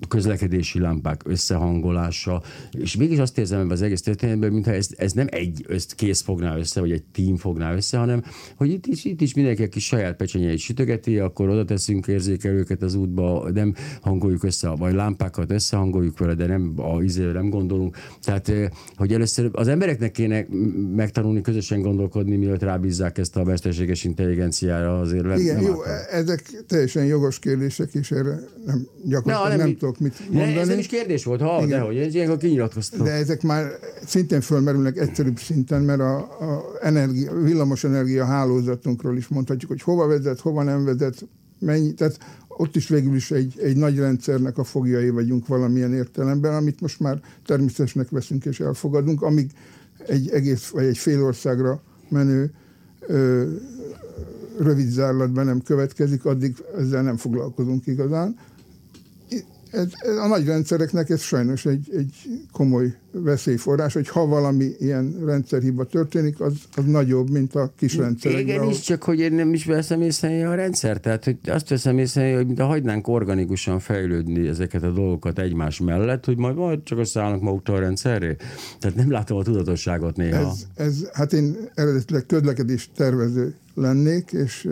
közlekedési lámpák összehangolása, és mégis azt érzem ebben az egész történetben, mintha ez, ez nem egy össz, kész fogná össze, vagy egy tím fogná össze, hanem hogy itt is, itt is mindenki a kis saját pecsenyeit sütögeti, akkor oda teszünk érzékelőket az útba, nem hangoljuk össze, vagy lámpákat összehangoljuk vele, de nem a izére nem gondolunk. Tehát, hogy először az embereknek kéne megtanulni közösen gondolkodni, mielőtt rábízzák ezt a mesterséges intelligenciára, azért. Igen, nem jó, ezek teljesen jogos kérdések, és erre nem gyakorlatilag nem, nem mit, tudok mit mondani. Ez nem is kérdés volt, ha, de hogy ez ilyenkor kinyilatkoztam. De ezek már szintén fölmerülnek egyszerűbb szinten, mert a, a energia, villamos energia hálózatunkról is mondhatjuk, hogy hova vezet, hova nem vezet, mennyi, tehát ott is végül is egy, egy nagy rendszernek a fogjai vagyunk valamilyen értelemben, amit most már természetesnek veszünk és elfogadunk, amíg egy egész vagy egy fél országra menő ö, rövid zárlatban nem következik, addig ezzel nem foglalkozunk igazán. Ez, ez, a nagy rendszereknek ez sajnos egy, egy komoly veszélyforrás, hogy ha valami ilyen rendszerhiba történik, az, az nagyobb, mint a kis rendszerekben. Igen, is, csak hogy én nem is veszem észre a rendszer. Tehát hogy azt veszem észre, hogy mintha hagynánk organikusan fejlődni ezeket a dolgokat egymás mellett, hogy majd, majd csak összeállnak maguktól a rendszerré. Tehát nem látom a tudatosságot néha. Ez, ez, hát én eredetileg közlekedés tervező lennék, és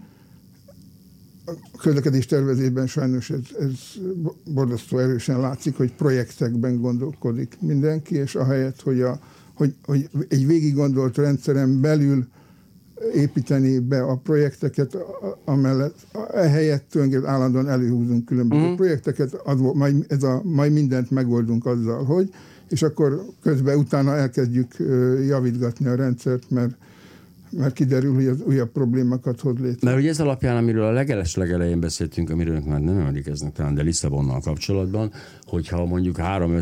a közlekedés tervezésben sajnos ez, ez borzasztó erősen látszik, hogy projektekben gondolkodik mindenki, és ahelyett, hogy, a, hogy, hogy egy végig gondolt rendszeren belül építeni be a projekteket, amellett ehelyett tulajdonképpen állandóan előhúzunk különböző mm. projekteket, az, majd, ez a, majd mindent megoldunk azzal, hogy, és akkor közben utána elkezdjük javítgatni a rendszert, mert mert kiderül, hogy az újabb problémákat hoz létre. Mert ugye ez alapján, amiről a legeles legelején beszéltünk, amiről már nem emlékeznek talán, de Lisszabonnal kapcsolatban, hogyha mondjuk három-öt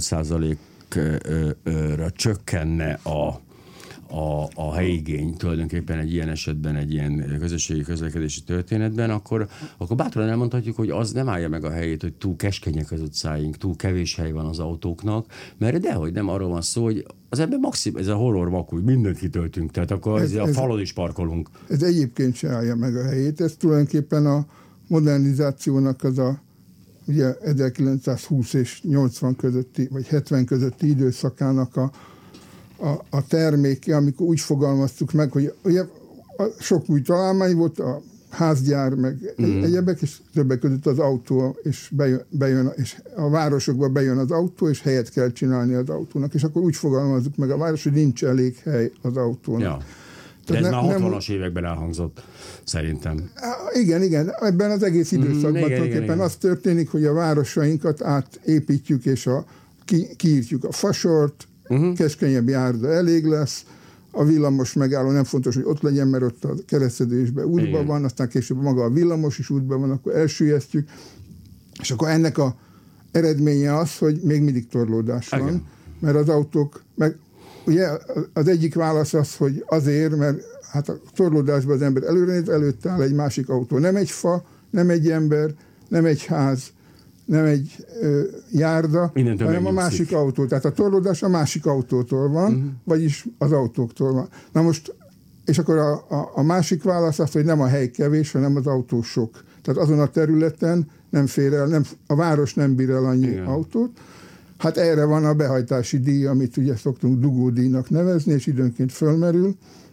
százalékra csökkenne a A, a helyigény tulajdonképpen egy ilyen esetben, egy ilyen közösségi közlekedési történetben, akkor, akkor bátran elmondhatjuk, hogy az nem állja meg a helyét, hogy túl keskenyek az utcáink, túl kevés hely van az autóknak, mert dehogy nem arról van szó, hogy az ebben maximum, ez a horror vakú, mindent kitöltünk, tehát akkor ez, a falon is parkolunk. Ez egyébként se állja meg a helyét, ez tulajdonképpen a modernizációnak az a ugye ezerkilencszázhúsz és nyolcvan közötti, vagy hetven közötti időszakának a A, a terméke, amikor úgy fogalmaztuk meg, hogy ugye sok új találmány volt, a házgyár, meg mm. egyebek, és többek között az autó, és bejön, bejön, és a városokba bejön az autó, és helyet kell csinálni az autónak, és akkor úgy fogalmazzuk meg a város, hogy nincs elég hely az autónak. Ja. De ez ne, már hatvanas nem... években elhangzott, szerintem. Igen, igen. Ebben az egész időszakban mm, tulajdonképpen az történik, hogy a városainkat átépítjük, és a, ki, kiírtjuk a fasort, Uh-huh. keskenyebb járda elég lesz, a villamos megálló nem fontos, hogy ott legyen, mert ott a keresztezésben útban Igen. van, aztán később maga a villamos is útban van, akkor elsüllyesztjük, és akkor ennek a eredménye az, hogy még mindig torlódás van, Igen. mert az autók, meg ugye az egyik válasz az, hogy azért, mert hát a torlódásban az ember előrenéz, előtt áll egy másik autó, nem egy fa, nem egy ember, nem egy ház, nem egy ö, járda, Mindentől hanem a másik autó. Tehát a torlódás a másik autótól van, uh-huh. vagyis az autóktól van. Na most, és akkor a, a, a másik válasz az, hogy nem a hely kevés, hanem az autó sok. Tehát azon a területen nem fér el, nem, a város nem bír el annyi Igen. autót. Hát erre van a behajtási díj, amit ugye szoktunk dugódíjnak nevezni, és időnként fölmerül.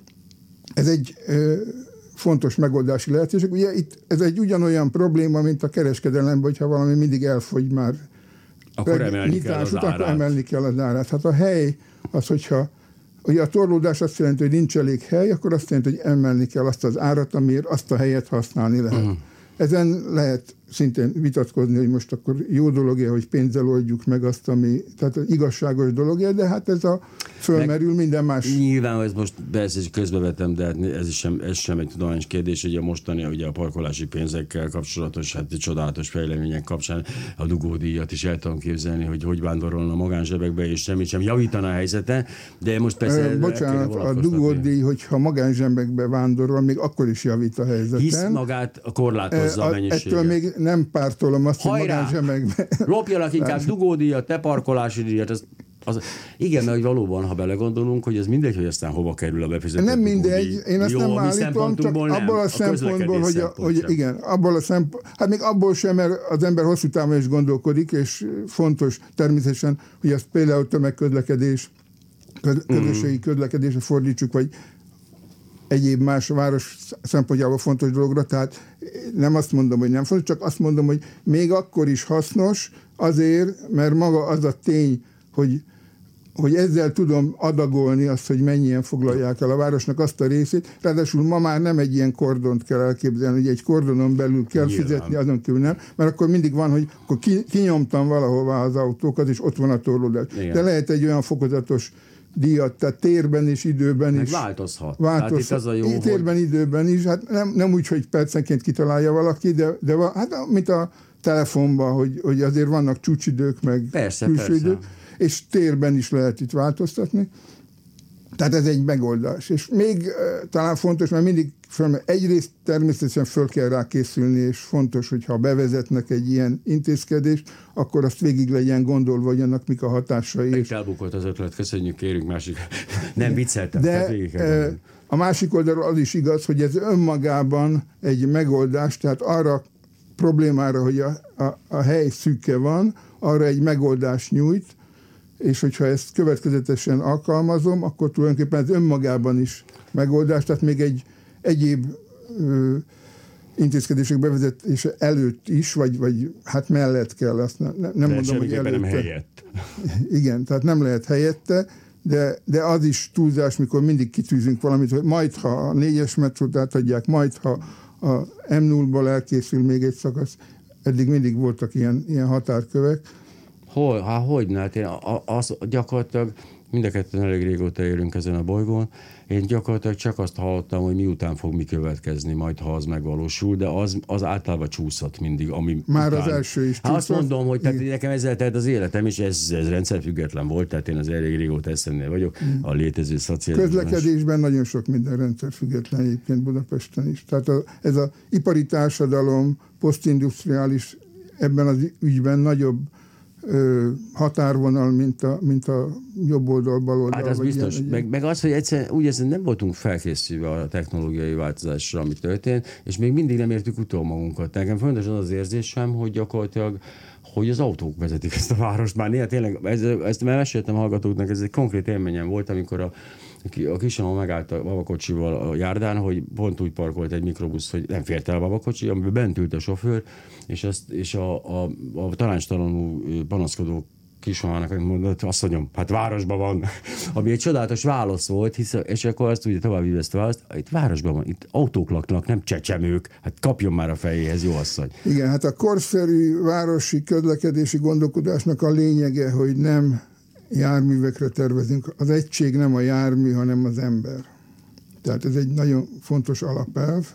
Ez egy ö, fontos megoldási lehetőség. Ugye itt ez egy ugyanolyan probléma, mint a kereskedelemben, hogyha valami mindig elfogy már. Akkor emelni kell az árát. Akkor emelni kell az árát. Hát a hely, az, hogyha ugye a torlódás azt jelenti, hogy nincs elég hely, akkor azt jelenti, hogy emelni kell azt az árat, amiért azt a helyet használni lehet. Uh-huh. Ezen lehet szintén vitatkozni, hogy most akkor jó dolog-e, hogy pénzzel oldjuk meg azt, ami, tehát az igazságos dolog-e, de hát ez a fölmerül meg minden más. Nyilván, ez most persze közbevetem, de ez sem, ez sem egy tudományos kérdés, hogy a mostani ugye a parkolási pénzekkel kapcsolatos, hát csodálatos fejlemények kapcsán a dugódíjat is el tudom képzelni, hogy hogy vándorolna a magánzsebekbe, és semmit sem javítana a helyzete, de most persze... E, bocsánat, a dugódíj, hogyha magánzsebekbe vándorol, még akkor is javít a helyzeten. Hisz magát korlátozza a, a mennyiséget. Ettől még nem pártolom azt, Hajrá! Hogy magánzsebekbe... Lopjanak inkább dugódíjat, te parkolási díjat, azt Az, igen, mert valóban, ha belegondolunk, hogy ez mindegy, hogy aztán hova kerül a befizetett. Nem mindegy, én ezt jó, nem állítom, csak nem, abból a, a szempontból, hogy, a, hogy igen, abból a szempont, hát még abból sem, mert az ember hosszú távon is gondolkodik, és fontos természetesen, hogy azt például tömegközlekedés, közösségi közlekedésre fordítsuk, vagy egyéb más város szempontjából fontos dologra, tehát nem azt mondom, hogy nem fontos, csak azt mondom, hogy még akkor is hasznos azért, mert maga az a tény, hogy, hogy ezzel tudom adagolni azt, hogy mennyien foglalják el a városnak azt a részét. Ráadásul ma már nem egy ilyen kordont kell elképzelni, hogy egy kordonon belül kell Nyilván. fizetni, azon kívül nem, mert akkor mindig van, hogy akkor ki, kinyomtam valahova az autókat, és ott van a torlódás. De lehet egy olyan fokozatos díjat, tehát térben és időben meg is. Változhat. Változhat. Az a jó, térben, hogy... időben is. Hát nem, nem úgy, hogy percenként kitalálja valaki, de, de hát mint a telefonban, hogy, hogy azért vannak csúcsidők, meg persze, külső persze. idők, és térben is lehet itt változtatni. Tehát ez egy megoldás. És még uh, talán fontos, mert mindig föl, egyrészt természetesen föl kell rá készülni, és fontos, hogyha bevezetnek egy ilyen intézkedést, akkor azt végig legyen gondolva, hogy annak mik a hatásai. Itt elbukott az ötlet, köszönjük, kérünk másik. Nem vicceltem. De uh, a másik oldalról az is igaz, hogy ez önmagában egy megoldás, tehát arra problémára, hogy a, a, a hely szűke van, arra egy megoldást nyújt, és hogyha ezt következetesen alkalmazom, akkor tulajdonképpen ez önmagában is megoldás, tehát még egy egyéb ö, intézkedések bevezetése előtt is, vagy, vagy hát mellett kell, azt ne, nem de mondom, hogy előtte. Nem helyett. Igen, tehát nem lehet helyette, de, de az is túlzás, mikor mindig kitűzünk valamit, hogy majd, ha a négyes metrót átadják, majd, ha a em nullból elkészül még egy szakasz, eddig mindig voltak ilyen, ilyen határkövek. Hol, hát hogyne, hát én az gyakorlatilag mind a ketten elég régóta élünk ezen a bolygón, én gyakorlatilag csak azt hallottam, hogy miután fog mi következni, majd ha az megvalósul, de az, az általában csúszott mindig. Ami Már után, az első is hát azt mondom, hogy tehát nekem ezzel telt az életem, és ez, ez rendszerfüggetlen volt, tehát én az elég régóta eszennél vagyok, mm. a létező szociális. Közlekedésben nagyon sok minden rendszerfüggetlen egyébként Budapesten is. Tehát a, ez az ipari társadalom, posztindustriális ebben az ügyben nagyobb ö, határvonal, mint a, mint a jobb oldal, bal oldal. Hát az biztos. Ilyen, meg, meg az, hogy egyszerűen úgy ezen nem voltunk felkészülve a technológiai változásra, ami történt, és még mindig nem értük utol magunkat. Nekem fontos az az érzésem, hogy gyakorlatilag hogy az autók vezetik ezt a várost. Már néha tényleg, ez, ezt már meséltem hallgatóknak, ez egy konkrét élményem volt, amikor a, a kisanyom megállt a babakocsival a járdán, hogy pont úgy parkolt egy mikrobusz, hogy nem fért el a babakocsi, amiben bent ült a sofőr, és, ezt, és a, a, a tanácstalanul panaszkodó kismamának mondott, asszonyom, hát városban van. Ami egy csodálatos válasz volt, hisz, és akkor azt ugye tovább ezt a választ, itt városban van, itt autók laknak, nem csecsemők, hát kapjon már a fejéhez, jó asszony. Igen, hát a korszerű városi közlekedési gondolkodásnak a lényege, hogy nem járművekre tervezünk. Az egység nem a jármű, hanem az ember. Tehát ez egy nagyon fontos alapelv.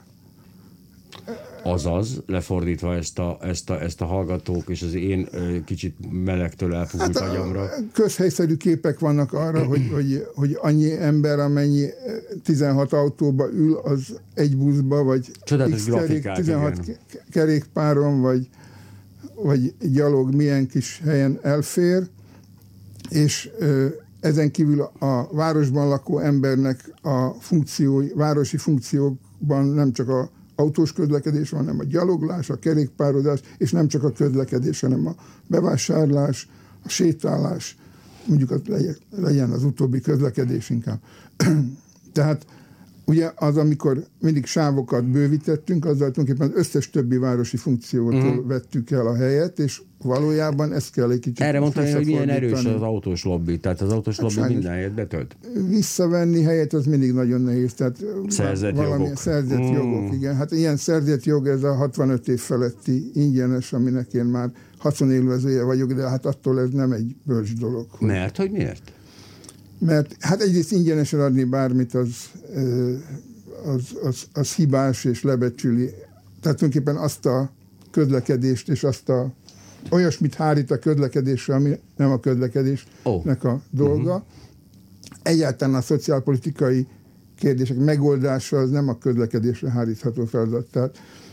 Azaz, lefordítva ezt a, ezt, a, ezt a hallgatók és az én ö, kicsit melegtől elfogult hát agyamra. Közhelyszerű képek vannak arra, hogy, hogy, hogy annyi ember, amennyi tizenhat autóba ül, az egy buszba, vagy Csodálatos grafikák, tizenhat igen. kerékpáron, vagy, vagy gyalog milyen kis helyen elfér, és ö, ezen kívül a városban lakó embernek a funkciói, városi funkciókban nem csak a autós közlekedés van, hanem a gyaloglás, a kerékpározás, és nem csak a közlekedés, hanem a bevásárlás, a sétálás, mondjuk az legyen az utóbbi közlekedés inkább. Tehát ugye az, amikor mindig sávokat bővítettünk, azzal tulajdonképpen az összes többi városi funkciótól uh-huh. vettük el a helyet, és valójában ezt kell egy kicsit erre mondtam, hogy milyen erős az autós lobby, tehát az autós hát lobby minden helyet betölt. Visszavenni helyet az mindig nagyon nehéz. Tehát szerzett jogok. Szerzett mm. jogok, igen. Hát ilyen szerzett jog, ez a hatvanöt év feletti ingyenes, aminek én már haszonélvezője vagyok, de hát attól ez nem egy bölcs dolog. Mert hogy miért? Mert hát egyrészt ingyenesen adni bármit, az, az, az, az hibás és lebecsüli. Tehát tulajdonképpen azt a közlekedést és azt a olyasmit hárít a közlekedésre, ami nem a közlekedésnek a dolga. Uh-huh. Egyáltalán a szociálpolitikai kérdések megoldása az nem a közlekedésre hárítható feladat. Tehát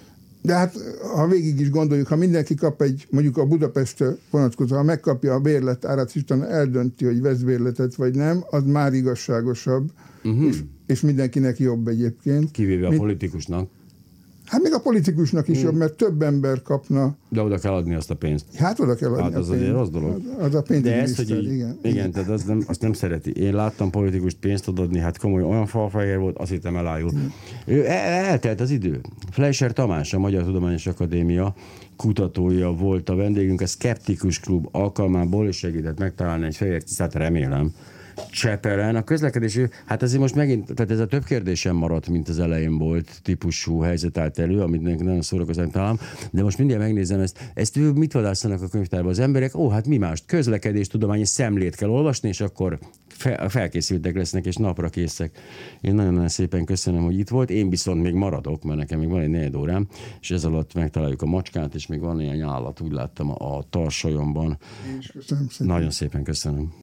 De hát, ha végig is gondoljuk, ha mindenki kap egy, mondjuk a Budapestre vonatkozó, ha megkapja a bérlet árat, és utána eldönti, hogy vesz bérletet vagy nem, az már igazságosabb, uh-huh. és, és mindenkinek jobb egyébként. Kivéve Mint, a politikusnak. Hát még a politikusnak is hmm. jobb, mert több ember kapna. De oda kell adni azt a pénzt. Hát oda kell adni hát az a pénzt. azért rossz dolog. Az, az a De ez, hogy így, igen. Igen, igen, tehát az nem, azt nem szereti. Én láttam politikust pénzt adni, hát komoly, olyan falfehér volt, azt hittem elájul. Ő, el, eltelt az idő. Fleischer Tamás, a Magyar Tudományos Akadémia kutatója volt a vendégünk, a Szkeptikus Klub alkalmából, és segített megtalálni egy fehér tisztát, remélem. Csepelen. A közlekedési, hát azért most megint, tehát ez a több kérdésem maradt, mint az elején volt, típusú helyzet állt elő, amit nagyon szórakozóan találom, de most mindjárt megnézem ezt. Ezt mit vadászanak a könyvtárban az emberek? Ó, hát mi mást? Közlekedéstudományi szemlét kell olvasni, és akkor fel, felkészültek lesznek, és napra készek. Én nagyon-nagyon szépen köszönöm, hogy itt volt. Én viszont még maradok, mert nekem még van egy negyed órám, és ez alatt megtaláljuk a macskát, és még van ilyen állat, úgy láttam a, a tarsolyomban. Én is köszönöm szépen. Nagyon szépen köszönöm.